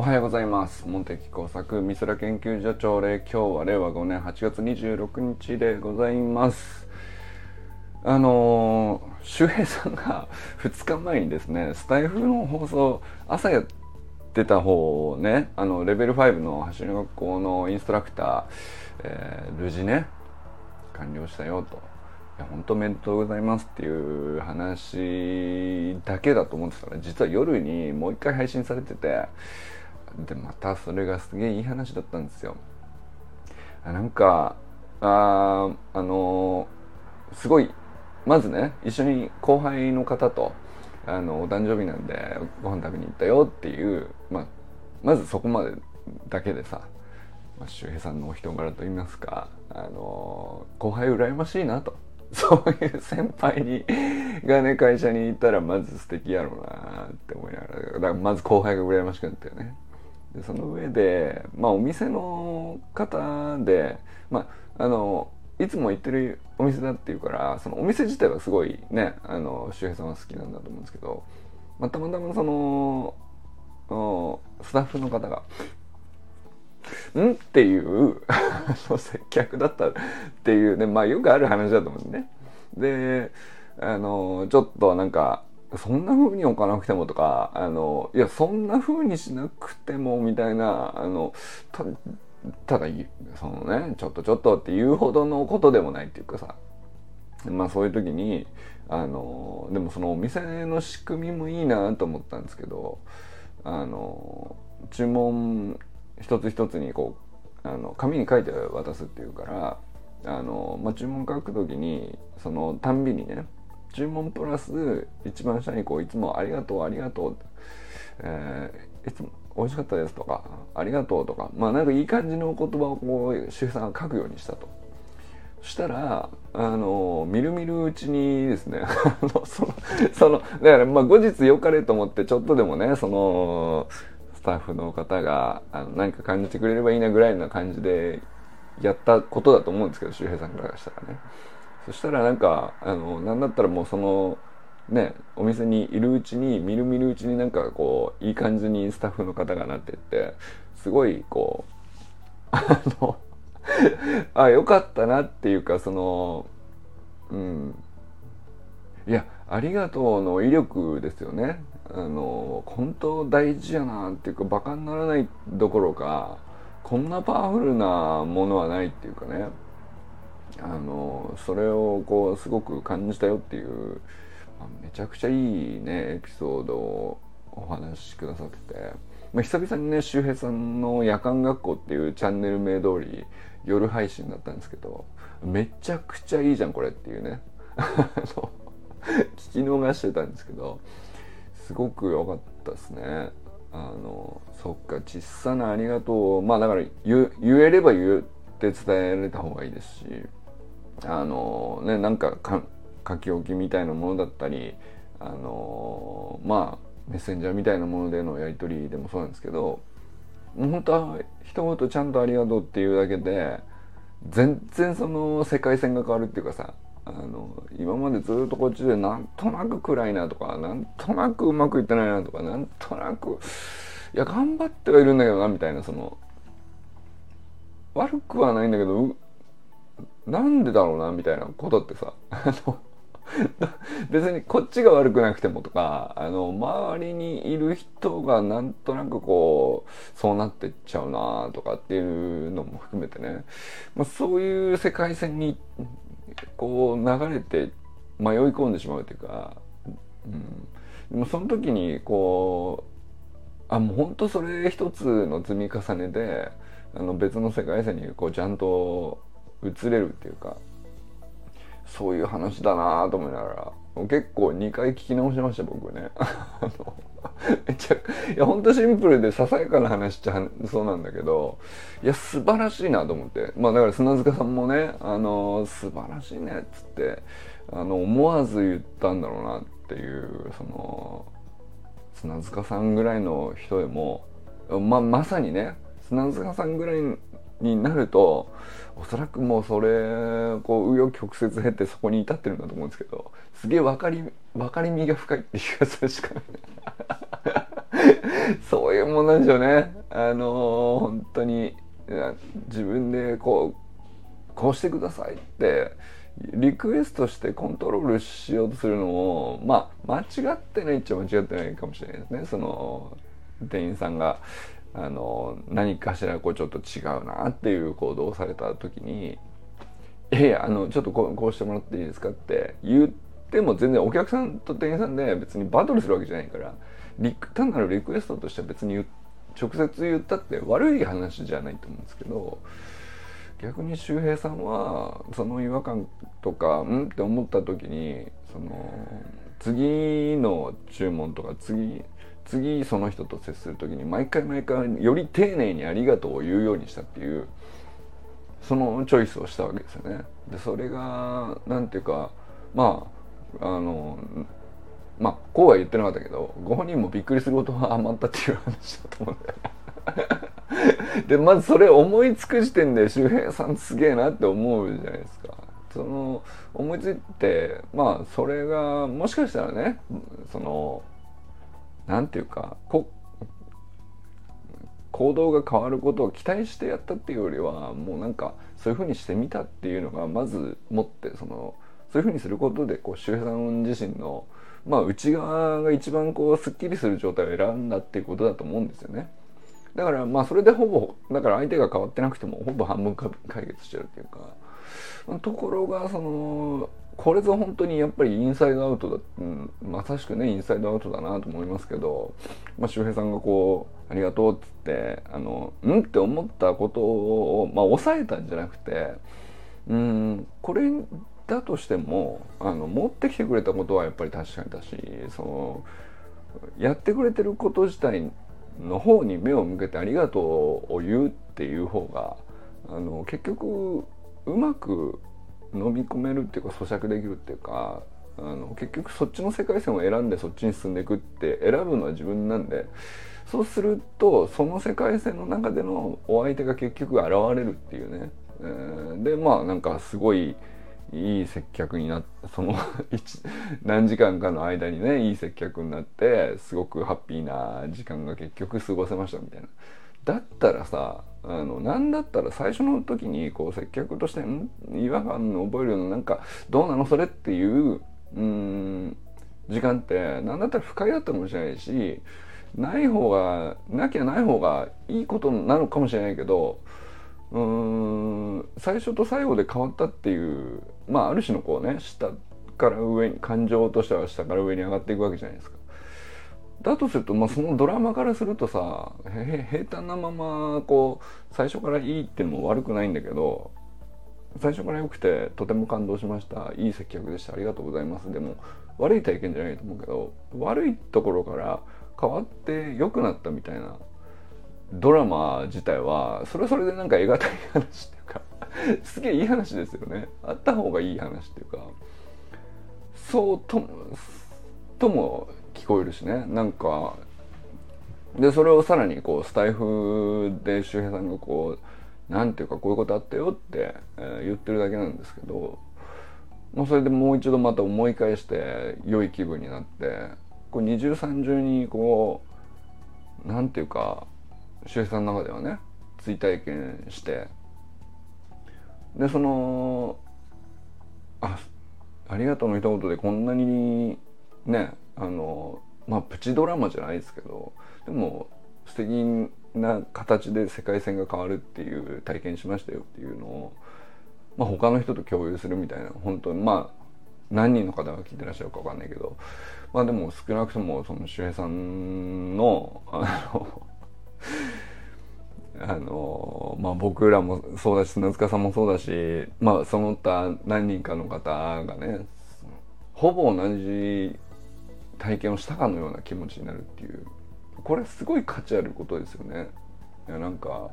はようございます。茂木工作美空研究所長令、今日は令和5年8月26日でございます。周平さんが2日前にですね、スタイフの放送朝やってた方をね、レベル5の走り学校のインストラクター、無事ね完了したよと、本当おめでとうございますっていう話だけだと思ってたら、実は夜にもう一回配信されてて、でまたそれがすげえいい話だったんですよ。なんかすごい、まずね、一緒に後輩の方とお誕生日なんでご飯食べに行ったよっていう、まずそこまでだけでさ、周平さんのお人柄といいますか、後輩羨ましいなと、そういう先輩がね会社にいたらまず素敵やろうなって思いながら、だからまず後輩が羨ましくなったよね。でその上で、お店の方で、いつも行ってるお店だっていうから、そのお店自体はすごいね、周平さんは好きなんだと思うんですけど、たまたまそのスタッフの方がっていう接客だったっていうね、よくある話だと思うんでね。でちょっとなんかそんな風に置かなくてもとか、いやそんな風にしなくてもみたいな、ただそのねちょっとっていうほどのことでもないっていうかさ、そういう時にでもそのお店の仕組みもいいなと思ったんですけど、注文一つ一つにこう紙に書いて渡すっていうから、注文書く時にそのたんびにね、注文プラス一番下にこういつもありがとう、いつも美味しかったですとかありがとうとか、なんかいい感じの言葉をこう周平さんが書くようにしたと。そしたらみるみるうちにですねそのだから後日良かれと思ってちょっとでもね、そのスタッフの方が何か感じてくれればいいなぐらいな感じでやったことだと思うんですけど、周平さんからしたらね。そしたらなんかなんだったらもうそのねお店にいるうちにみるみるうちになんかこういい感じにスタッフの方がなってって、すごいこう良かったなっていうか、そのいやありがとうの威力ですよね。本当大事やなっていうか、バカにならないどころかこんなパワフルなものはないっていうかね、それをこうすごく感じたよっていう、めちゃくちゃいいねエピソードをお話しくださってて、久々にね周平さんの夜間学校っていうチャンネル名通り夜配信だったんですけど、めちゃくちゃいいじゃんこれっていうね聞き逃してたんですけど、すごく良かったですね。そっか、小さなありがとう、だから言えれば言って伝えられた方がいいですし、なんか書き置きみたいなものだったり、メッセンジャーみたいなものでのやり取りでもそうなんですけど、もう本当は一言ちゃんとありがとうっていうだけで全然その世界線が変わるっていうかさ、今までずっとこっちでなんとなく暗いなとか、なんとなくうまくいってないなとか、なんとなくいや頑張ってはいるんだけどなみたいな、その悪くはないんだけどなんでだろうなみたいなことってさ別にこっちが悪くなくてもとか、周りにいる人がなんとなくこうそうなってっちゃうなとかっていうのも含めてね、そういう世界線にこう流れて迷い込んでしまうというか、でもその時にこうもうほんとそれ一つの積み重ねで別の世界線にこうちゃんと移れるっていうか、そういう話だなと思いながら結構2回聞き直しました僕ねいやほんとシンプルでささやかな話っちゃそうなんだけど、いや素晴らしいなと思って、だから砂塚さんもね素晴らしいねっつって思わず言ったんだろうなっていう、その砂塚さんぐらいの人でもまさにね砂塚さんぐらいになるとおそらくもうそれこう紆余曲折経ってそこに至ってるんだと思うんですけど、すげえ分かりみが深いっていう気がするしかないそういうもんなんでしょうね。本当に自分でこうしてくださいってリクエストしてコントロールしようとするのも間違ってないっちゃ間違ってないかもしれないですね。その店員さんが何かしらちょっと違うなっていう行動をされた時にいやいやちょっとこうしてもらっていいですかって言っても全然お客さんと店員さんで別にバトルするわけじゃないから単なるリクエストとしては別に直接言ったって悪い話じゃないと思うんですけど、逆に周平さんはその違和感とかって思った時にその次の注文とか次その人と接する時に毎回より丁寧にありがとうを言うようにしたっていうそのチョイスをしたわけですよね。でそれがなんていうかこうは言ってなかったけどご本人もびっくりすることは余ったっていう話だと思うんだよねでまずそれ思いつく時点で周平さんすげえなって思うじゃないですか。その思いついてそれがもしかしたらねそのなんていうか行動が変わることを期待してやったっていうよりはもうなんかそういうふうにしてみたっていうのがまずもってそういうふうにすることで周平さん自身の内側が一番すっきりする状態を選んだっていうことだと思うんですよね。だからそれでだから相手が変わってなくてもほぼ半分解決してるっていうか、ところがこれぞ本当にやっぱりインサイドアウトだ、まさしくねインサイドアウトだなと思いますけど、周平さんがありがとうっつってって思ったことを抑えたんじゃなくてこれだとしても持ってきてくれたことはやっぱり確かにだしやってくれてること自体の方に目を向けてありがとうを言うっていう方が結局うまく飲み込めるっていうか咀嚼できるっていうか結局そっちの世界線を選んでそっちに進んでいくって選ぶのは自分なんで、そうするとその世界線の中でのお相手が結局現れるっていうね、でなんかすごいいい接客になって何時間かの間にねいい接客になってすごくハッピーな時間が結局過ごせましたみたいな。だったらさなんだったら最初の時に接客として違和感を覚えるようななんかどうなのそれっていう時間ってなんだったら不快だったかもしれないしなきゃない方がいいことなのかもしれないけど最初と最後で変わったっていうある種の下から上に感情としては下から上に上がっていくわけじゃないですか。だとするとそのドラマからするとさ平坦なまま最初からいいっていうのも悪くないんだけど、最初から良くてとても感動しました、いい接客でした、ありがとうございますでも悪い体験じゃないと思うけど、悪いところから変わって良くなったみたいなドラマ自体はそれはそれでなんか得難い話っていうかすげえいい話ですよね。あった方がいい話っていうかそうとも聞こえるしね。なんかでそれをさらにスタイフで周平さんがなんていうかこういうことあったよって、言ってるだけなんですけど、それでもう一度また思い返して良い気分になって二重三重になんていうか周平さんの中ではね追体験してでありがとうの一言でこんなにねプチドラマじゃないですけどでも素敵な形で世界線が変わるっていう体験しましたよっていうのを、他の人と共有するみたいな本当に何人の方が聞いてらっしゃるか分かんないけどでも少なくともその周平さんの僕らもそうだし砂塚さんもそうだしその他何人かの方がねほぼ同じ体験をしたかのような気持ちになるっていう、これすごい価値あることですよね。いやなんか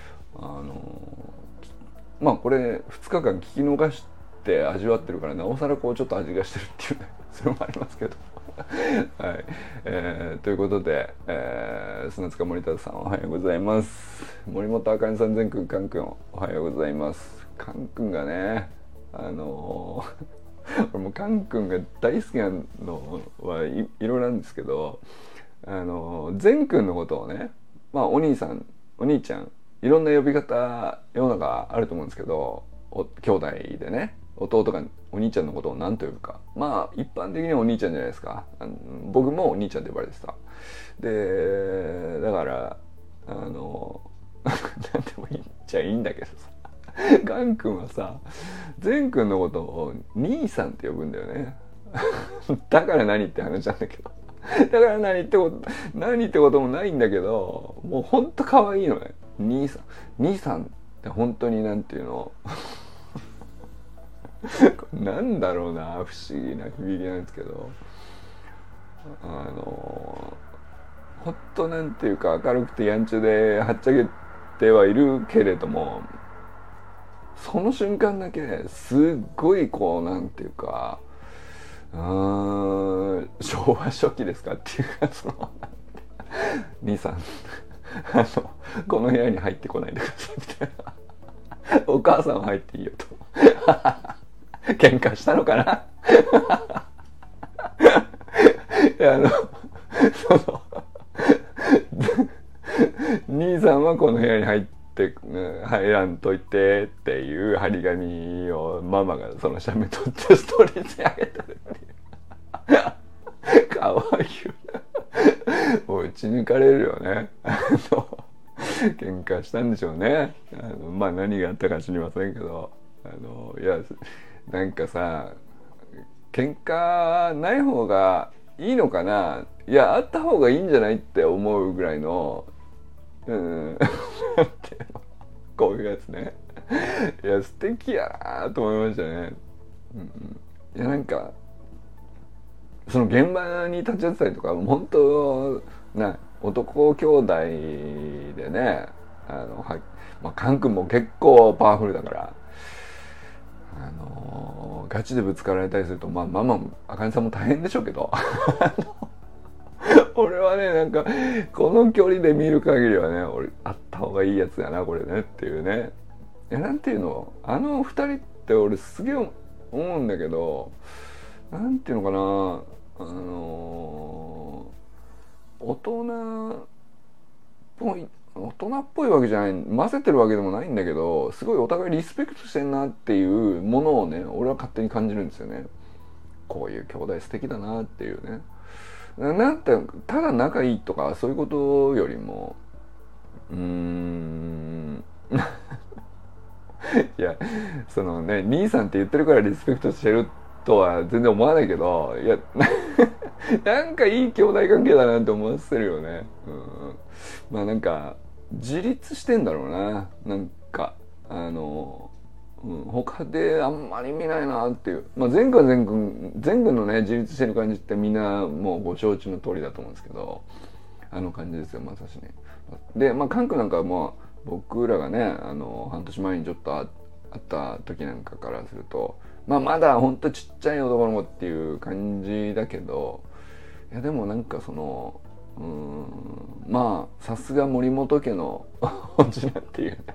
これ2日間聞き逃して味わってるからなおさらちょっと味がしてるっていうねそれもありますけどはい、ということで、砂塚森田さんおはようございます。森本あかねさん、全くんかんくんおはようございます。かんくんがね俺もかんくんが大好きなのはいろいろなんですけど善くんのことをね、まあお兄さんお兄ちゃんいろんな呼び方世の中あると思うんですけど、兄弟でね弟がお兄ちゃんのことを何と呼ぶか、まあ一般的にはお兄ちゃんじゃないですか。僕もお兄ちゃんって呼ばれてた。でだから何でもいいっちゃいいんだけどさ、ガン君はさ善くんのことを兄さんって呼ぶんだよね。だから何って話なんだけど、だから何ってこともないんだけど、もうほんと可愛いのね。兄さんって本当になんていうのなんだろうな、不思議な響きなんですけど、ほんとなんていうか明るくてやんちゃではっちゃけてはいるけれども、その瞬間だけすっごいこうなんていうか、昭和初期ですかっていうか、その兄さんこの部屋に入ってこないでくださいみたいな、お母さんは入っていいよと喧嘩したのかな。いやその兄さんはこの部屋に入らんといてっていう張り紙をママがその写メ撮ってストーリーに上げてるっていう。かわいい。もう打ち抜かれるよね。喧嘩したんでしょうね。まあ何があったか知りませんけど、いやなんかさ、喧嘩ない方がいいのかな、いやあった方がいいんじゃないって思うぐらいのこういうやつね。いや素敵やなと思いましたね。いやなんかその現場に立ち会ってたりとか、本当な男兄弟でね、まあ、カン君も結構パワフルだから、ガチでぶつかられたりすると、まあママもあかねさんも大変でしょうけど俺はねなんかこの距離で見る限りはね、俺あった方がいいやつだなこれねっていうね。なんていうの、二人って俺すげえ思うんだけど、なんていうのかな、大人っぽいわけじゃない、混ぜてるわけでもないんだけど、すごいお互いリスペクトしてんなっていうものをね、俺は勝手に感じるんですよね。こういう兄弟素敵だなっていうね。なんてただ仲いいとかそういうことよりもいやそのね、兄さんって言ってるからリスペクトしてるとは全然思わないけど、いやなんかいい兄弟関係だなって思わせるよね。まあなんか自立してんだろうな、なんか他であんまり見ないなっていう、まあ、全軍のね自立してる感じってみんなもうご承知の通りだと思うんですけど、あの感じですよまさしね。でまあ関空なんかはもう僕らがね半年前にちょっと会った時なんかからすると、まあまだほんとちっちゃい男の子っていう感じだけど、いやでもなんかそのまあさすが森本家のおじなんていうね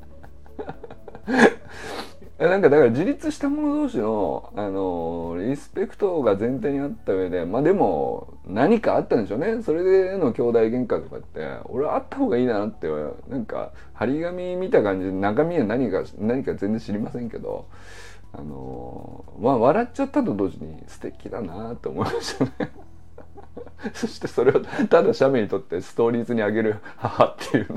なんかだから自立した者同士の、リスペクトが前提にあった上で、まあでも何かあったんでしょうね。それでの兄弟喧嘩とかって俺はあった方がいいなって、なんか張り紙見た感じで中身は何か全然知りませんけど、まあ笑っちゃったと同時に素敵だなと思いましたねそしてそれをただ写メに撮ってストーリーズに上げる母っていうね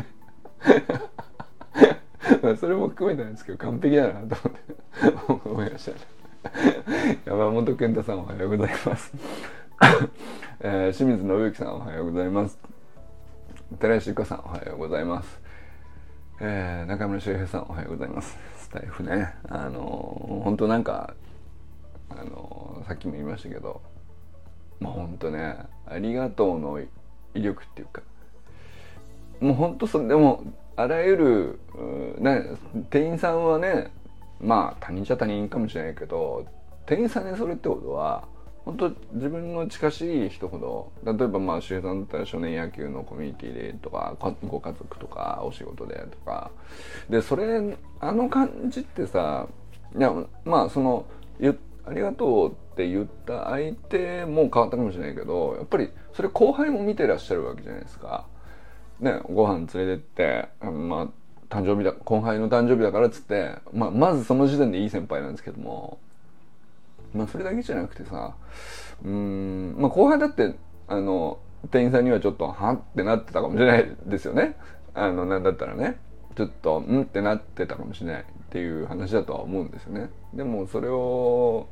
それも含めてなんですけど完璧だなと思って思いましたね山本健太さんおはようございます清水信之さんおはようございます。寺石由香さんおはようございます。中村修平さんおはようございます。スタイフね、本当なんかさっきも言いましたけど、まあ本当ねありがとうの威力っていうか、もう本当それでもあらゆる店員さんはね、まあ他人じゃ他人かもしれないけど、店員さんにそれってことは本当自分の近しい人ほど、例えばまあ周平さんだったら少年野球のコミュニティでとかご家族とかお仕事でとかで、それ感じってさ、いやまあそのありがとうって言った相手も変わったかもしれないけど、やっぱりそれ後輩も見てらっしゃるわけじゃないですか。ね、ご飯連れてって、まあ誕生日だ、後輩の誕生日だからっつって、まずその時点でいい先輩なんですけども、それだけじゃなくてさ、後輩だって店員さんにはちょっとはってなってたかもしれないですよね。なんだったらね、ちょっとってなってたかもしれないっていう話だとは思うんですよね。でもそれを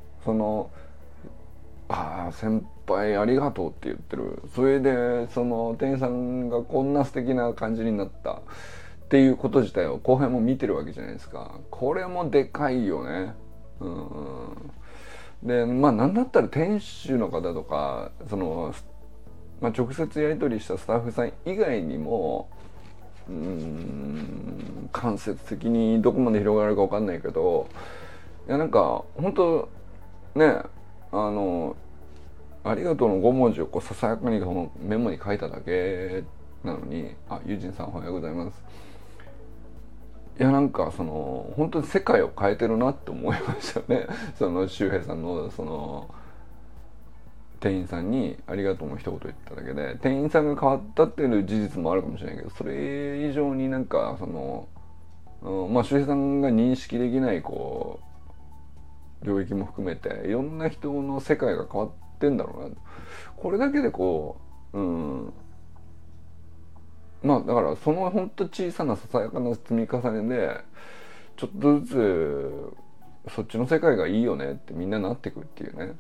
先輩ありがとうって言ってる、それでその店員さんがこんな素敵な感じになったっていうこと自体を後輩も見てるわけじゃないですか。これもでかいよね。でなんだったら店主の方とか直接やり取りしたスタッフさん以外にも間接的にどこまで広がるか分かんないけど、いやなんか本当ね、ありがとうの5文字をささやかにそのメモに書いただけなのに、ユージンさんおはようございます。いやなんか本当に世界を変えてるなって思いましたよね。その周平さんの店員さんにありがとうの一言言っただけで、店員さんが変わったっていう事実もあるかもしれないけど、それ以上になんか周平さんが認識できない領域も含めていろんな人の世界が変わってんだろうな。これだけでだからそのほんと小さなささやかな積み重ねでちょっとずつそっちの世界がいいよねってみんななってくっていうね。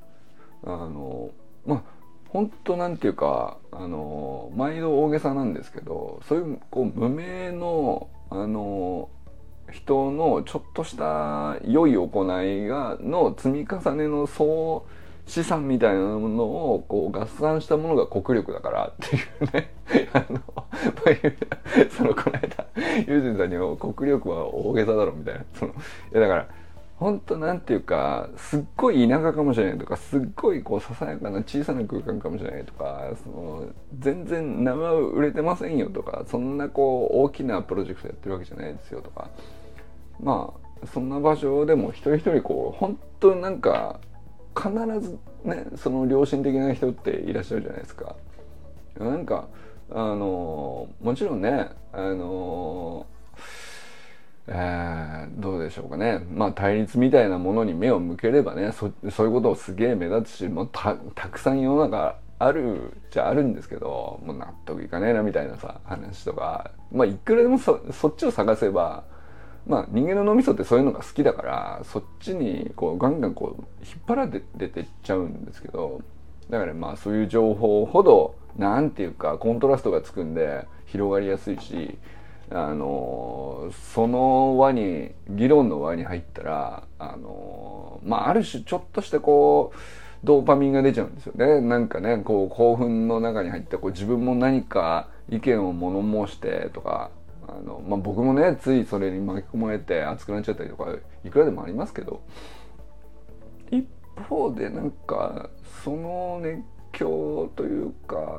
本当なんていうか毎度大げさなんですけど、そういう無名の人のちょっとした良い行いの積み重ねの総資産みたいなものを合算したものが国力だからっていうね。この間ユージンさんにも国力は大げさだろみたいな、いやだから本当なんていうか、すっごい田舎かもしれないとか、すっごいささやかな小さな空間かもしれないとか、全然名前売れてませんよとか、そんな大きなプロジェクトやってるわけじゃないですよとか、そんな場所でも一人一人本当なんか必ずね、その良心的な人っていらっしゃるじゃないですか。なんかもちろんねどうでしょうかね。対立みたいなものに目を向ければね、そういうことをすげえ目立つし、たくさん世の中あるじゃあるんですけど、もう納得いかねえなみたいなさ話とか、いくらでもそっちを探せば、人間の脳みそってそういうのが好きだから、そっちにガンガン引っ張られていっちゃうんですけど、だからそういう情報ほどなんていうかコントラストがつくんで広がりやすいし、その議論の輪に入ったらある種ちょっとしたドーパミンが出ちゃうんですよね。なんかね、興奮の中に入って自分も何か意見を物申してとか、僕もねついそれに巻き込まれて熱くなっちゃったりとかいくらでもありますけど、一方でなんかその熱狂というか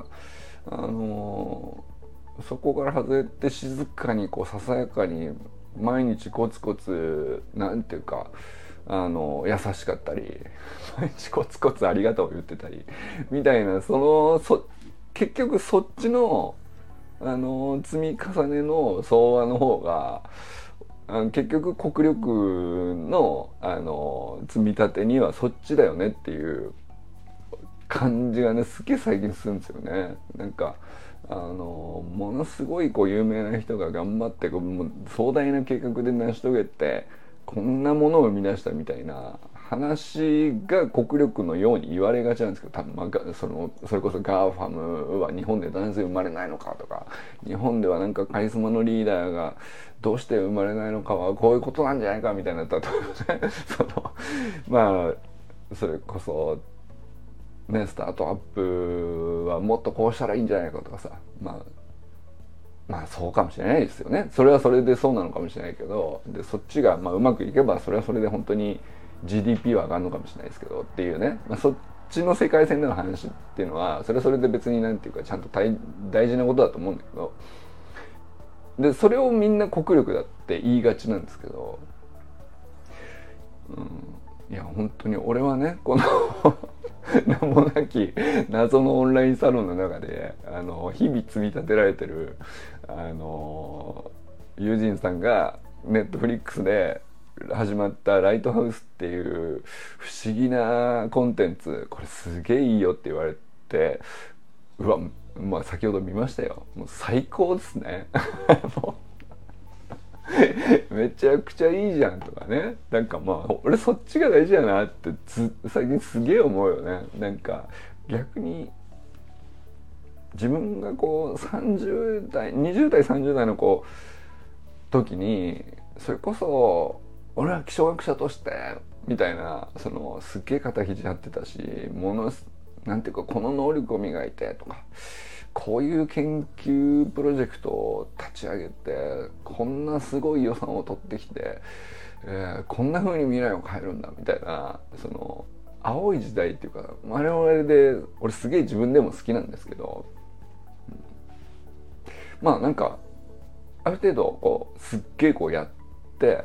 そこから外れて静かにささやかに毎日コツコツなんていうか優しかったり毎日コツコツありがとう言ってたりみたいな、結局そっちの積み重ねの相和の方が結局国力の積み立てにはそっちだよねっていう感じがねすげえ最近するんですよね。なんかものすごい有名な人が頑張ってもう壮大な計画で成し遂げてこんなものを生み出したみたいな話が国力のように言われがちなんですけど、多分それこそガーファムは日本でなぜ生まれないのかとか、日本ではなんかカリスマのリーダーがどうして生まれないのかはこういうことなんじゃないかみたいな例えばねそれこそね、スタートアップはもっとこうしたらいいんじゃないかとかさ、そうかもしれないですよね。それはそれでそうなのかもしれないけど、でそっちがうまくいけばそれはそれで本当に GDP は上がるのかもしれないですけどっていうね、そっちの世界線での話っていうのはそれはそれで別になんていうかちゃんと大事なことだと思うんだけど、でそれをみんな国力だって言いがちなんですけど、 いや本当に俺はねこの名もなき謎のオンラインサロンの中で日々積み立てられてる友人さんがネットフリックスで始まったライトハウスっていう不思議なコンテンツ、これすげえいいよって言われて、うわ、まあ先ほど見ましたよ。もう最高ですね。もうめちゃくちゃいいじゃんとかね。なんかまあ俺そっちが大事やなって最近すげえ思うよね。なんか逆に自分がこう30代20代30代の時にそれこそ俺は気象学者としてみたいな、そのすっげえ肩肘張ってたし、なんていうかこの能力を磨いてとか、こういう研究プロジェクトを立ち上げてこんなすごい予算を取ってきて、こんな風に未来を変えるんだみたいな、その青い時代っていうか、我々で俺すげえ自分でも好きなんですけど、まあなんかある程度こうすっげえこうやって、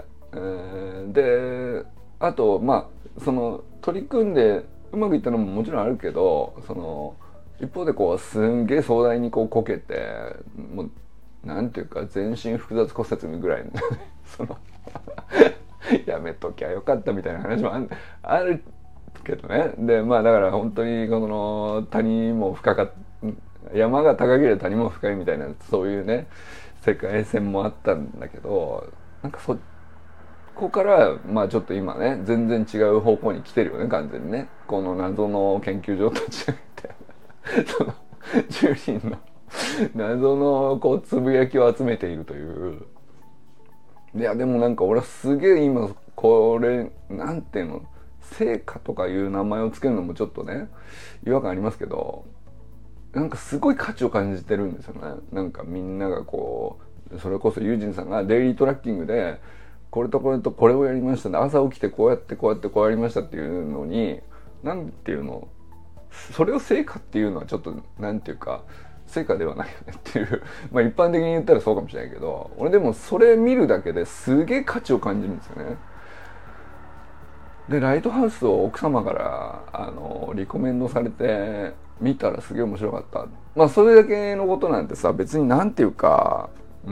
であとまあその取り組んでうまくいったのももちろんあるけど、その一方でこうすんげえ壮大にこうこけて、もうなんていうか全身複雑骨折ぐらいのそのやめときゃよかったみたいな話もあるけどね。でまあだから本当にこの谷も深かった山が高ければ谷も深いみたいな、そういうね世界線もあったんだけど、なんかそこからまあちょっと今ね全然違う方向に来てるよね、完全にね。この謎の研究所と違ってその10人の謎のこうつぶやきを集めているという。いやでもなんか俺はすげえ今これなんていうの、成果とかいう名前をつけるのもちょっとね違和感ありますけど、なんかすごい価値を感じてるんですよね。なんかみんながこうそれこそユージンさんがデイリートラッキングでこれとこれとこれをやりましたね、朝起きてこうやってこうやってこうやりましたっていうのに、なんていうの、それを成果っていうのはちょっとなんていうか成果ではないよねっていうまあ一般的に言ったらそうかもしれないけど、俺でもそれ見るだけですげえ価値を感じるんですよね。でライトハウスを奥様からリコメンドされて見たらすげえ面白かった。まあそれだけのことなんてさ、別になんていうか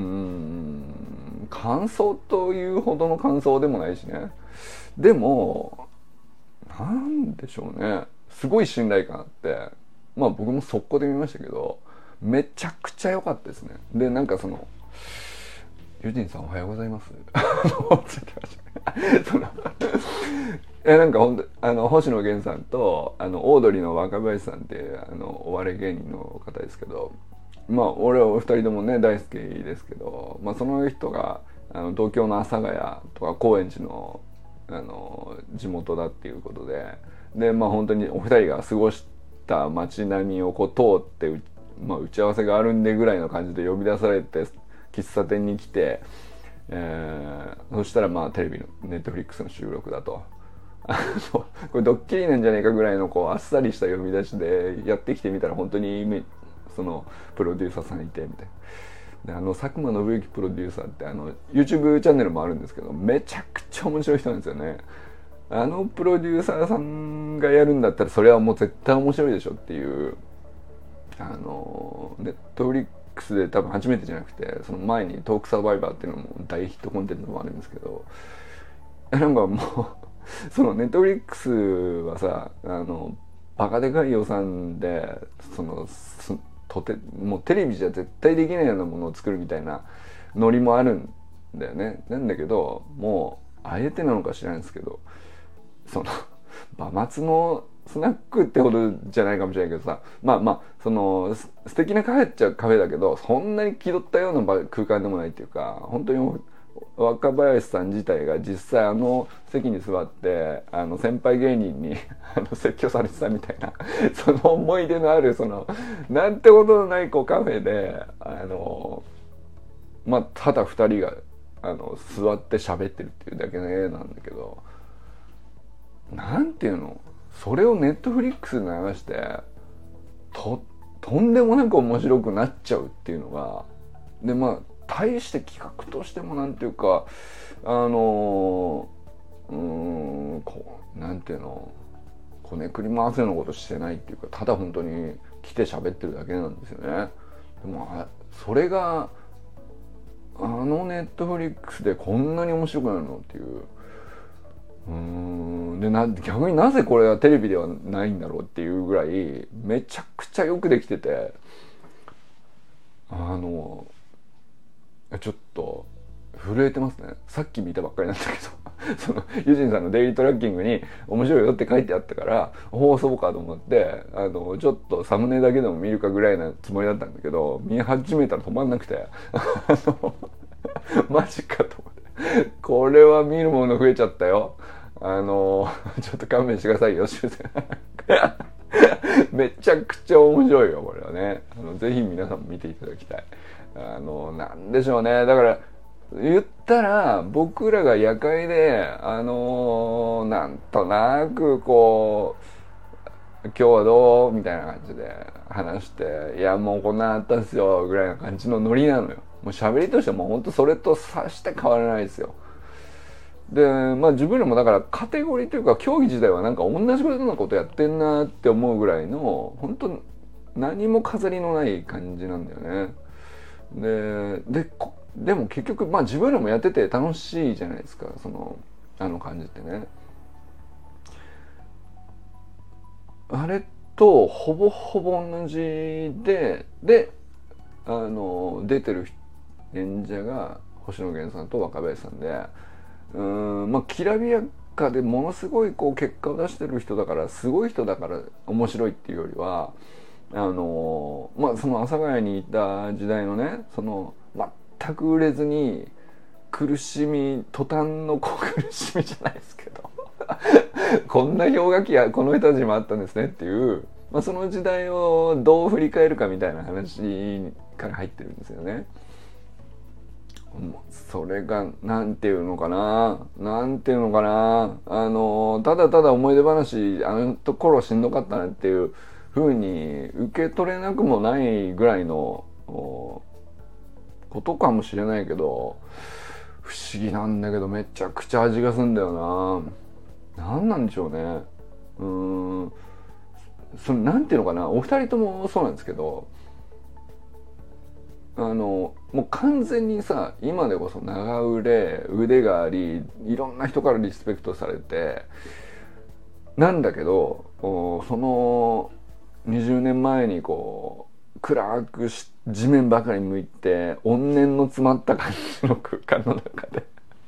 感想というほどの感想でもないしね。でもなんでしょうね、すごい信頼感あって、まあ僕も速攻で見ましたけどめちゃくちゃ良かったですね。でなんかそのユジンさんおはようございますそのなんかほんと星野源さんとオードリーの若林さんってお笑い芸人の方ですけど、まあ俺はお二人ともね大好きですけど、まあ、その人が東京の阿佐ヶ谷とか高円寺の地元だっていうことでまあ本当にお二人が過ごした街並みをこう通ってまあ、打ち合わせがあるんでぐらいの感じで呼び出されて喫茶店に来て、そしたらまあテレビのネットフリックスの収録だとこれドッキリなんじゃねえかぐらいのこうあっさりした呼び出しでやってきてみたら、本当にそのプロデューサーさんいてみたいな。で佐久間信之プロデューサーってYouTube チャンネルもあるんですけど、めちゃくちゃ面白い人なんですよね。プロデューサーさんがやるんだったらそれはもう絶対面白いでしょっていう、ネットフリックスで多分初めてじゃなくて、その前にトークサバイバーっていうのも大ヒットコンテンツもあるんですけど、なんかもうそのネットフリックスはさバカでかい予算でもうテレビじゃ絶対できないようなものを作るみたいなノリもあるんだよね。なんだけどもうあえてなのか知らないんですけど、その馬末のスナックってほどじゃないかもしれないけどさ、まあまあその素敵なカフェっちゃカフェだけど、そんなに気取ったような空間でもないっていうか、本当に若林さん自体が実際席に座って先輩芸人に説教されてたみたいなその思い出のあるなんてことのないカフェでまあただ2人が座って喋ってるっていうだけの絵なんだけど、なんていうの、それをネットフリックスで流してとんでもなく面白くなっちゃうっていうのが、でまあ対して企画としてもなんていうかなんていうの、こねくり回すようなことしてないっていうか、ただ本当に来て喋ってるだけなんですよね。でもそれがネットフリックスでこんなに面白くなるのっていう。で逆になぜこれはテレビではないんだろうっていうぐらいめちゃくちゃよくできてて、ちょっと震えてますね。さっき見たばっかりなんだけどそのユジンさんのデイリートラッキングに面白いよって書いてあったから、そうかと思ってちょっとサムネだけでも見るかぐらいなつもりだったんだけど、見始めたら止まんなくてマジかと思って、これは見るもの増えちゃったよ。ちょっと勘弁してくださいよ、修正めちゃくちゃ面白いよこれはね。ぜひ皆さんも見ていただきたい。なんでしょうね、だから言ったら僕らが夜会でなんとなくこう今日はどうみたいな感じで話して、いやもうこんなあったんすよぐらいな感じのノリなのよ。もう喋りとしてはもうほんとそれとさして変わらないですよ。で自分らもだからカテゴリーというか競技自体はなんか同じようなことやってんなって思うぐらいの本当何も飾りのない感じなんだよね。でも結局自分らもやってて楽しいじゃないですか、感じってね。あれとほぼほぼ同じで出てる演者が星野源さんと若林さんで、きらびやかでものすごいこう結果を出してる人だからすごい人だから面白いっていうよりはその阿佐ヶ谷にいた時代のね、全く売れずに苦しみ途端の苦しみじゃないですけどこんな氷河期やこの人たちもあったんですねっていう、その時代をどう振り返るかみたいな話から入ってるんですよね。それがなんていうのかなただただ思い出話、あのところしんどかったなっていう風に受け取れなくもないぐらいのことかもしれないけど、不思議なんだけどめちゃくちゃ味がすんだよな。なんでしょうね。なんていうのかな、お二人ともそうなんですけど、もう完全にさ、今でこそ長腕があり、いろんな人からリスペクトされてなんだけど、その20年前にこう暗く地面ばかり向いて怨念の詰まった感じの空間の中で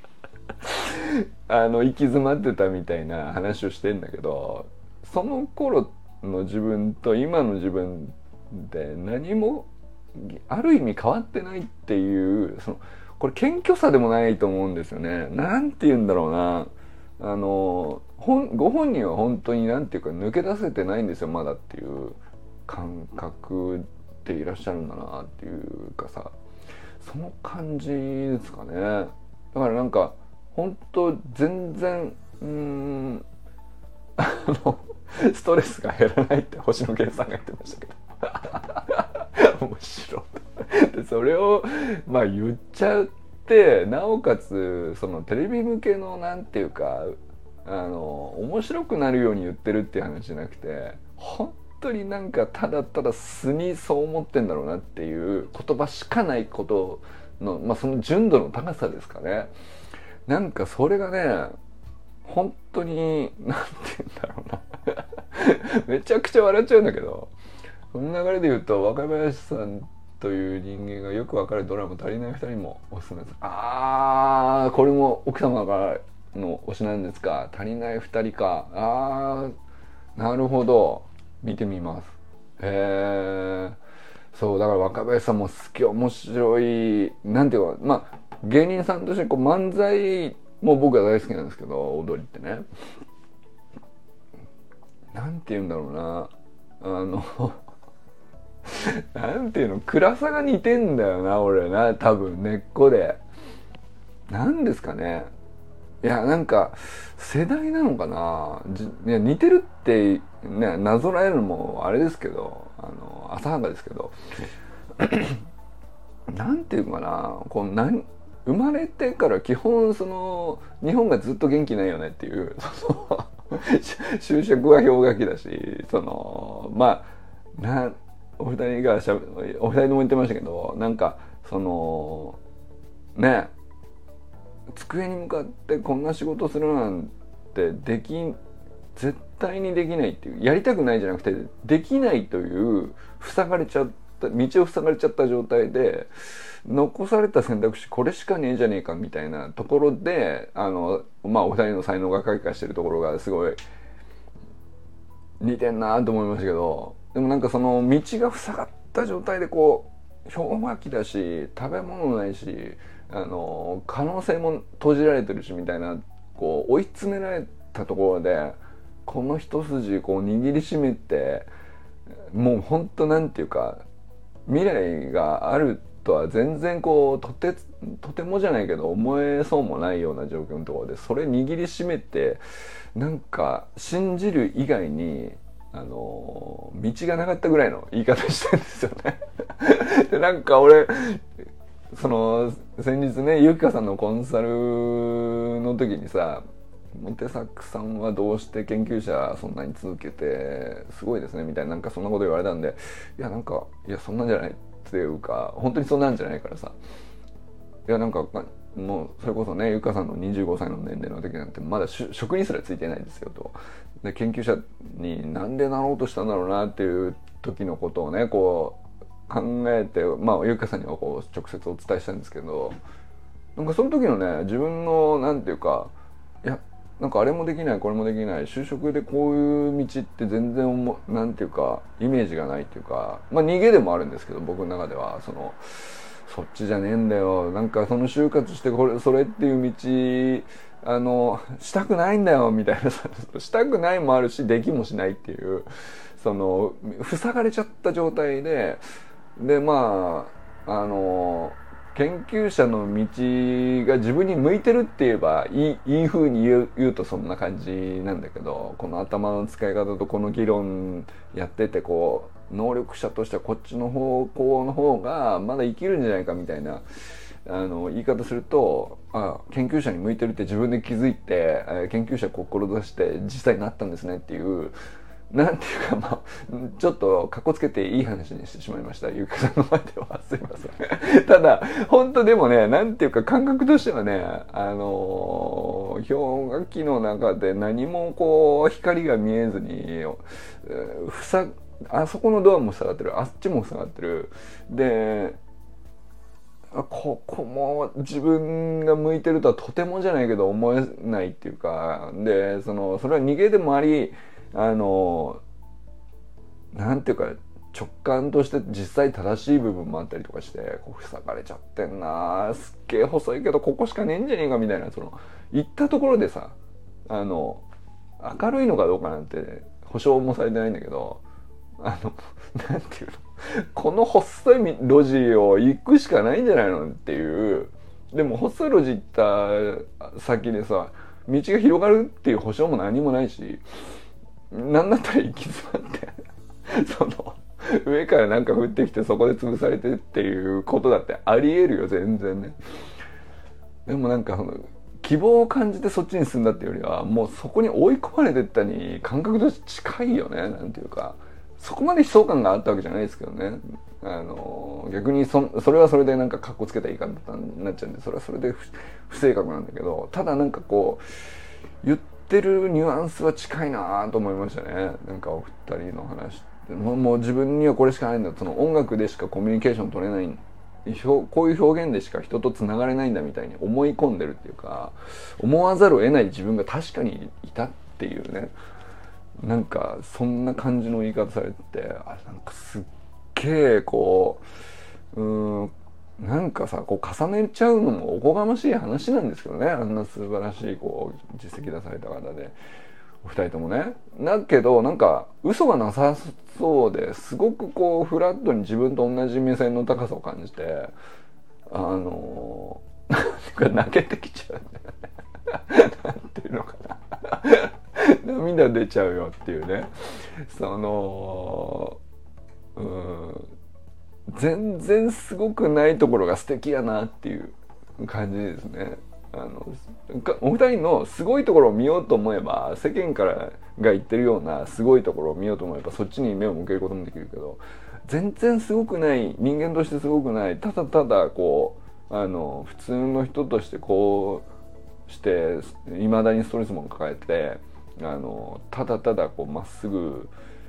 行き詰まってたみたいな話をしてんだけど、その頃の自分と今の自分で何もある意味変わってないっていう、これ謙虚さでもないと思うんですよね。なんて言うんだろうな、ご本人は本当になんていうか抜け出せてないんですよまだっていう感覚でいらっしゃるんだなっていうかさ、その感じですかね。だからなんか本当全然ストレスが減らないって星野源さんが言ってましたけど面白いでそれを言っちゃって、なおかつそのテレビ向けのなんていうか面白くなるように言ってるっていう話じゃなくて、本当になんかただただ素にそう思ってんだろうなっていう言葉しかないことの、その純度の高さですかね。なんかそれがね本当になんて言うんだろうなめちゃくちゃ笑っちゃうんだけど、その流れで言うと若林さんという人間がよくわかるドラマ「足りない2人」もおすすめです。これも奥様がの推しなんですか。足りない2人か。なるほど、見てみます。そうだから若林さんも好き、面白い、なんていうか芸人さんとしてこう漫才も僕は大好きなんですけど、踊りってね、なんて言うんだろうな、なんていうの、暗さが似てんだよな俺な、多分根っこで。なんですかね、いやなんか世代なのかな、いや似てるってねなぞらえるのもあれですけど、浅はかですけどなんていうかな、こう生まれてから基本その日本がずっと元気ないよねっていう就職は氷河期だし、そのまあお二人がお二人とも言ってましたけど、なんかそのね、机に向かってこんな仕事するなんて絶対にできないっていう、やりたくないじゃなくてできないという道を塞がれちゃった状態で残された選択肢これしかねえじゃねえかみたいなところで、お二人の才能が開花してるところがすごい似てんなと思いましたけど、でもなんかその道が塞がった状態でこう氷河期だし食べ物ないし可能性も閉じられてるしみたいな、こう追い詰められたところでこの一筋こう握りしめて、もうほんとなんていうか未来があるとは全然こうとてもじゃないけど思えそうもないような状況のところでそれ握りしめて、なんか信じる以外に道がなかったぐらいの言い方してるんですよねでなんか俺その先日ねゆきかさんのコンサルの時にさ、モテサクさんはどうして研究者そんなに続けてすごいですねみたいな、なんかそんなこと言われたんで、いやそんなんじゃないっていうか本当にそんなんじゃないからさ、いやなんかもうそれこそねゆかさんの25歳の年齢の時なんてまだ職にすらついてないですよと。で研究者になんでなろうとしたんだろうなっていう時のことをねこう考えて、ゆかさんにはこう直接お伝えしたんですけど、なんかその時のね自分のなんていうか、いやなんかあれもできないこれもできない、就職でこういう道って全然なんていうかイメージがないっていうか、逃げでもあるんですけど僕の中ではそっちじゃねえんだよ、なんかその就活してそれっていう道したくないんだよみたいなしたくないもあるしできもしないっていう、その塞がれちゃった状態で研究者の道が自分に向いてるって言えばいい風に言うとそんな感じなんだけど、この頭の使い方とこの議論やっててこう能力者としてはこっちの方向の方がまだ生きるんじゃないかみたいな言い方すると、研究者に向いてるって自分で気づいて研究者志して実際になったんですねっていう、なんていうかちょっとかっこつけていい話にしてしまいました、ゆうかさんの前では。すいませんただ本当でもね、なんていうか感覚としてはね氷河期の中で何もこう光が見えずにあそこのドアも塞がってる、あっちも塞がってるで、ここも自分が向いてるとはとてもじゃないけど思えないっていうか、でそれは逃げでもありなんていうか直感として実際正しい部分もあったりとかして、こう塞がれちゃってんな、すっげえ細いけどここしかねえんじゃねえかみたいな、行ったところでさ明るいのかどうかなんて保証もされてないんだけど、なんていうの、この細い路地を行くしかないんじゃないのっていう。でも細い路地行った先でさ道が広がるっていう保証も何もないし、なんだったら行き詰まって上からなんか降ってきてそこで潰されてっていうことだってありえるよ全然ね。でもなんか希望を感じてそっちに進んだっていうよりはもうそこに追い込まれてったに感覚として近いよね。なんていうかそこまで悲壮感があったわけじゃないですけどね。逆にそれはそれでなんかカッコつけた言い方になっちゃうんで、それはそれで不正確なんだけど、ただなんかこう言ってるニュアンスは近いなと思いましたね。なんかお二人の話ってもう自分にはこれしかないんだ、その音楽でしかコミュニケーション取れない、こういう表現でしか人とつながれないんだみたいに思い込んでるっていうか、思わざるを得ない自分が確かにいたっていうね、なんかそんな感じの言い方されて、なんかすっげえこうなんかさこう重ねちゃうのもおこがましい話なんですけどね、あんな素晴らしいこう実績出された方でお二人ともね。だけどなんか嘘がなさそうですごくこうフラットに自分と同じ目線の高さを感じて泣けてきちゃうんだよねなんていうのかな涙出ちゃうよっていうね。全然すごくないところが素敵やなっていう、 感じですね。お二人のすごいところを見ようと思えば、世間からが言ってるようなすごいところを見ようと思えばそっちに目を向けることもできるけど、全然すごくない、人間としてすごくない、ただただこう普通の人としてこうしていまだにストレスも抱えて、ただただこうまっすぐ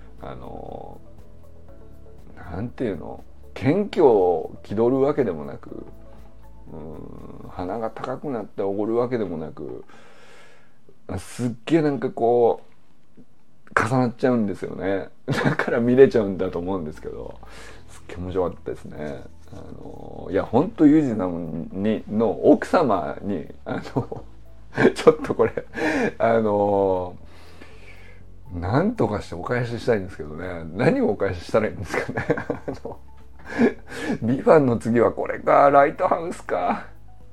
なんていうの、謙虚を気取るわけでもなく、鼻が高くなっておごるわけでもなく、すっげえなんかこう重なっちゃうんですよね。だから見れちゃうんだと思うんですけど、すっげえ面白かったですね。いや本当ユージさんの奥様にちょっとこれなんとかしてお返ししたいんですけどね。何をお返ししたらいいんですかね。ビファンの次はこれか、ライトハウスか。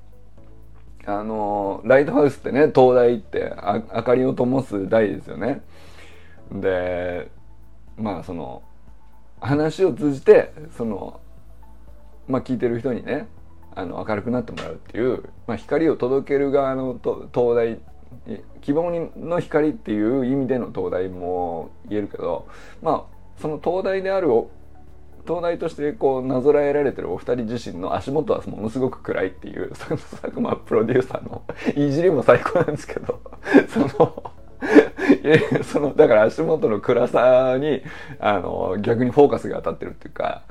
ライトハウスってね、灯台って明かりを灯す台ですよね。で、まあその話を通じて聞いてる人にね、明るくなってもらうっていう、光を届ける側の灯台、希望の光っていう意味での灯台も言えるけど、その灯台である灯台としてこうなぞらえられてるお二人自身の足元はものすごく暗いっていう、その佐久間プロデューサーのいじりも最高なんですけど、だから足元の暗さに逆にフォーカスが当たってるっていうか、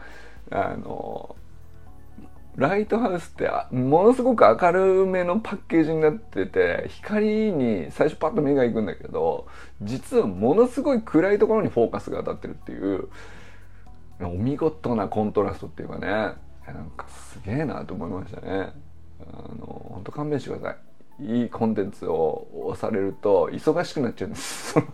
ライトハウスってものすごく明るめのパッケージになってて、光に最初パッと目が行くんだけど、実はものすごい暗いところにフォーカスが当たってるっていう、お見事なコントラストっていうかね、なんかすげえなと思いましたね。本当勘弁してください。いいコンテンツを押されると忙しくなっちゃうんです。はい、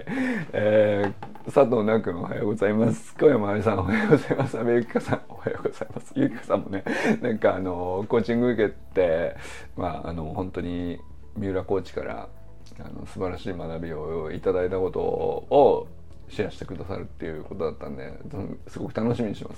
佐藤奈君おはようございます。小山ありさんおはようございます。阿部ゆきかさんおはようございます。ゆきかさんもね、なんかコーチング受けて、本当に三浦コーチから素晴らしい学びをいただいたことをシェアしてくださるっていうことだったんで、すごく楽しみにしてます。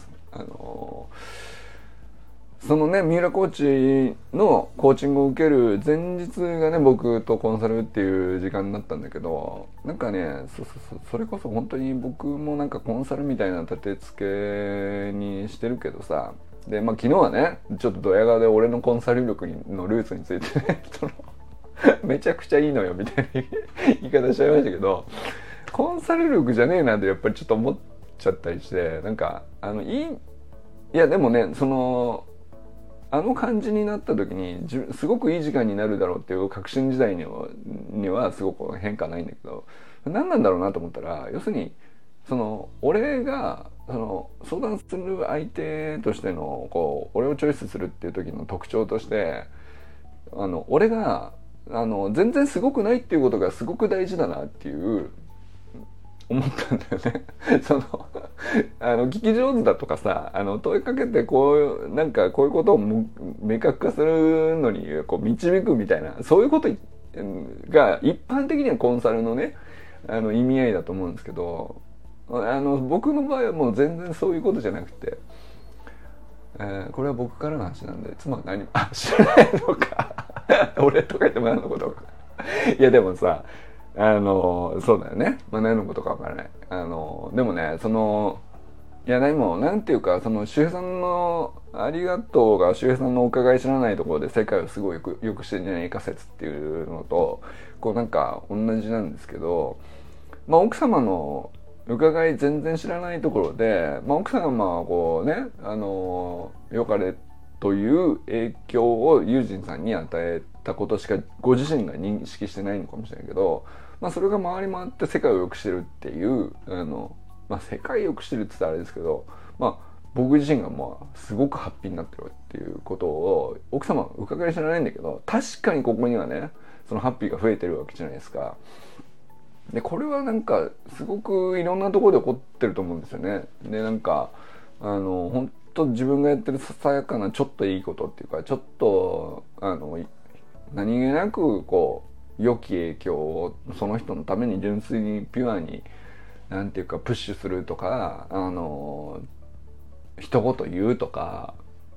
そのね、三浦コーチのコーチングを受ける前日がね、僕とコンサルっていう時間になったんだけど、なんかね、それこそ本当に僕もなんかコンサルみたいな立て付けにしてるけどさ、で、昨日はね、ちょっとドヤ顔で俺のコンサル力のルーツについてね、めちゃくちゃいいのよみたいな言い方しちゃいましたけど、コンサル力じゃねえなってやっぱりちょっと思っちゃったりして、なんかいやでもね、感じになった時にすごくいい時間になるだろうっていう確信時代にはすごく変化ないんだけど、何なんだろうなと思ったら、要するに俺が相談する相手としての俺をチョイスするっていう時の特徴として、俺が全然すごくないっていうことがすごく大事だなっていう思ったんだよね。聞き上手だとかさ、問いかけてなんかこういうことを明確化するのに導くみたいな、そういうことが一般的にはコンサルのね、意味合いだと思うんですけど、僕の場合はもう全然そういうことじゃなくて、これは僕からの話なんで、妻は何も知らないのか俺とか言っても何のことかいやでもさ、そうだよね。何のことかわからない。でもね、いや何も、なんていうか、周平さんのありがとうが周平さんのお伺い知らないところで世界をすごいよくしてるんじゃないか説っていうのと、なんか同じなんですけど、奥様の伺い全然知らないところで、奥様は良かれという影響をユージンさんに与えたことしかご自身が認識してないのかもしれないけど、それが回り回って世界を良くしてるっていう、世界を良くしてるって言ったらあれですけど、僕自身がすごくハッピーになってるっていうことを奥様は伺い知らないんだけど、確かにここにはね、そのハッピーが増えてるわけじゃないですか。でこれはなんかすごくいろんなところで起こってると思うんですよね。でなんか本当自分がやってるささやかなちょっといいことっていうか、ちょっと何気なく良き影響をその人のために純粋にピュアになんていうかプッシュするとか、一言言うとか、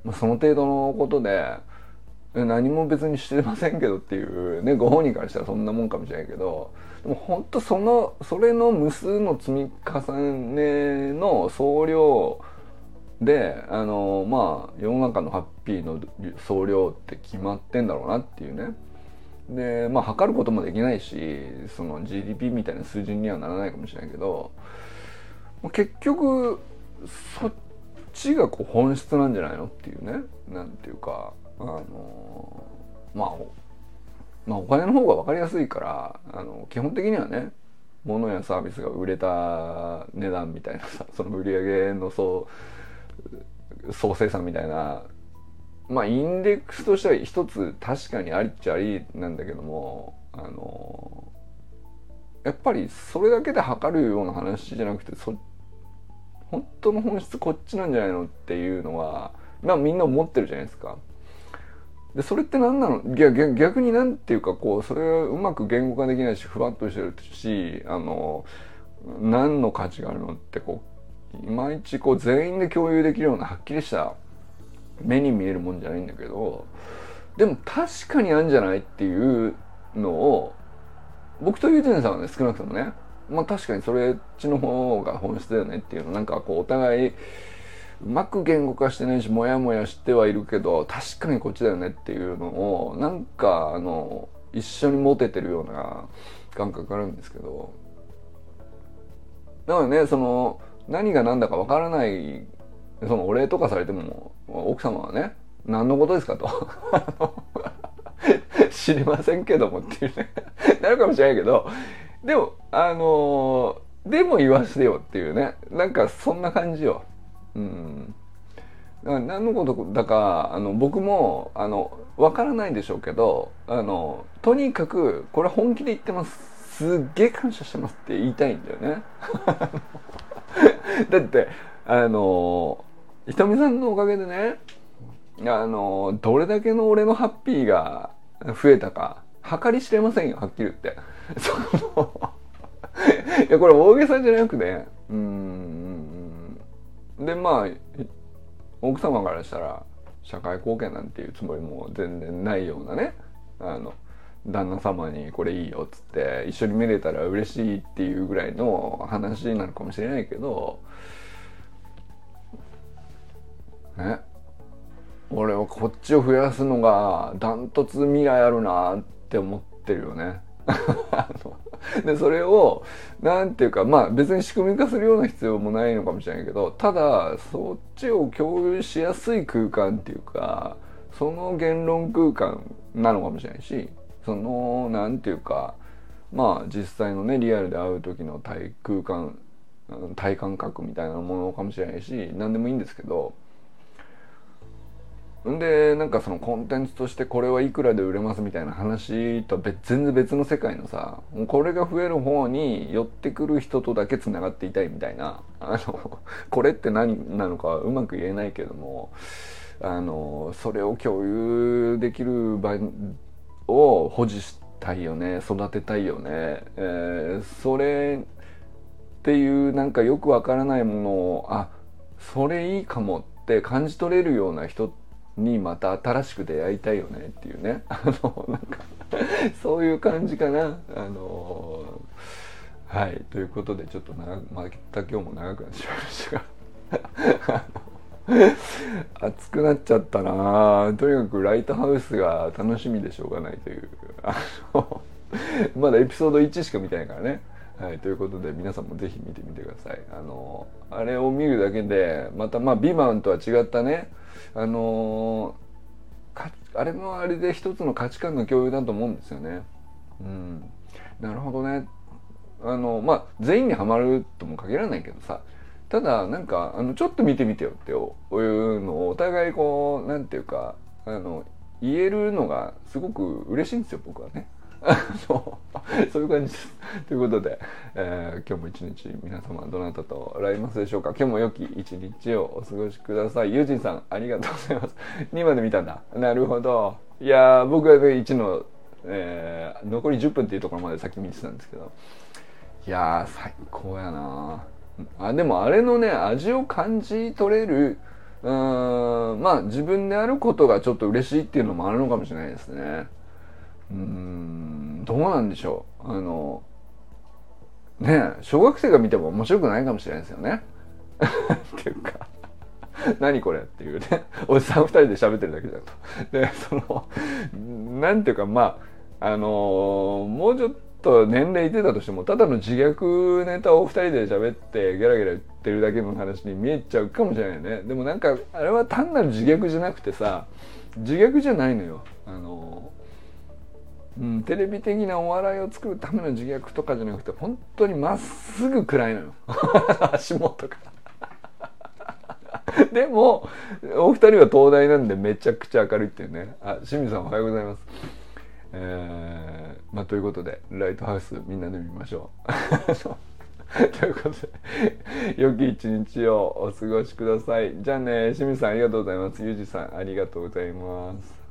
その程度のことで何も別にしてませんけどっていうね、ご本人からしたらそんなもんかもしれないけど、でも本当それの無数の積み重ねの総量でまあ世の中のハッピーの総量って決まってんだろうなっていうね。でまあ測ることもできないし、その GDP みたいな数字にはならないかもしれないけど、結局そっちがこう本質なんじゃないのっていうね。なんていうかまあお金の方が分かりやすいから基本的にはね、物やサービスが売れた値段みたいなさ、その売り上げの総生産みたいな、まあインデックスとしては一つ確かにありっちゃありなんだけども、やっぱりそれだけで測るような話じゃなくて、本当の本質こっちなんじゃないのっていうのはまあみんな思ってるじゃないですか。でそれって何なの、逆になんていうかこう、それはうまく言語化できないし、ふわっとしてるし、何の価値があるのってこういまいちこう全員で共有できるようなはっきりした目に見えるもんじゃないんだけど、でも確かにあるんじゃないっていうのを僕とユージンさんはね、少なくともね、まあ確かにそれっちの方が本質だよねっていうのをなんかこうお互いうまく言語化してないし、もやもやしてはいるけど確かにこっちだよねっていうのをなんか一緒に持ててるような感覚があるんですけど、だからね、その何が何だかわからないそのお礼とかされても奥様はね、何のことですかと知りませんけどもっていうねなるかもしれないけど、でもでも言わせてよっていうね、なんかそんな感じよ。だから何のことだか僕もわからないんでしょうけど、とにかくこれ本気で言ってます、すっげえ感謝してますって言いたいんだよねだってひとみさんのおかげでね、どれだけの俺のハッピーが増えたか計り知れませんよ、はっきり言っていやこれ大げさじゃなくて、でまあ奥様からしたら社会貢献なんていうつもりも全然ないようなね、旦那様にこれいいよっつって一緒に見れたら嬉しいっていうぐらいの話なのかもしれないけどね、俺はこっちを増やすのがダントツ未来あるなって思ってるよねでそれをなんていうか、まあ別に仕組み化するような必要もないのかもしれないけど、ただそっちを共有しやすい空間っていうか、その言論空間なのかもしれないし、そのなんていうか、まあ実際のねリアルで会う時の体感覚みたいなものかもしれないし、何でもいいんですけど、でなんかそのコンテンツとしてこれはいくらで売れますみたいな話とは全然別の世界のさ、これが増える方に寄ってくる人とだけつながっていたいみたいな、これって何なのかうまく言えないけども、それを共有できる場を保持したいよね、育てたいよね、それっていうなんかよくわからないものをそれいいかもって感じ取れるような人にまた新しく出会いたいよねっていうねなんかそういう感じかな。はいということでちょっとまた今日も長くなってしまいましたが暑くなっちゃったな。とにかくライトハウスが楽しみでしょうがないというまだエピソード1しか見てないからね。はい、ということで皆さんもぜひ見てみてください。あれを見るだけでまたビバンとは違ったね、あれもあれで一つの価値観の共有だと思うんですよね。なるほどね。全員にはまるとも限らないけどさ、ただなんかちょっと見てみてよっていうのをお互いこうなんていうか言えるのがすごく嬉しいんですよ、僕はね。そういう感じです。ということで、今日も一日皆様どなたとおられますでしょうか。今日も良き一日をお過ごしください。ユージンさんありがとうございます。2まで見たんだ。なるほど。いや僕はね1の、残り10分っていうところまで先見てたんですけど、いや最高やな。でもあれのね味を感じ取れるまあ自分であることがちょっと嬉しいっていうのもあるのかもしれないですね。どうなんでしょう。ねえ、小学生が見ても面白くないかもしれないですよね。っていうか何これっていうね、おじさん二人で喋ってるだけだと。で、なんていうか、まあ、もうちょっと年齢いってたとしても、ただの自虐ネタを二人で喋ってゲラゲラ言ってるだけの話に見えちゃうかもしれないね。でもなんか、あれは単なる自虐じゃなくてさ、自虐じゃないのよ。テレビ的なお笑いを作るための自虐とかじゃなくて、本当にまっすぐ暗いのよ。足元が。でもお二人は東大なんでめちゃくちゃ明るいっていうね。清水さんおはようございます。まあということでライトハウスみんなで見ましょう。ということで良き一日をお過ごしください。じゃあね、清水さんありがとうございます。ゆうじさんありがとうございます。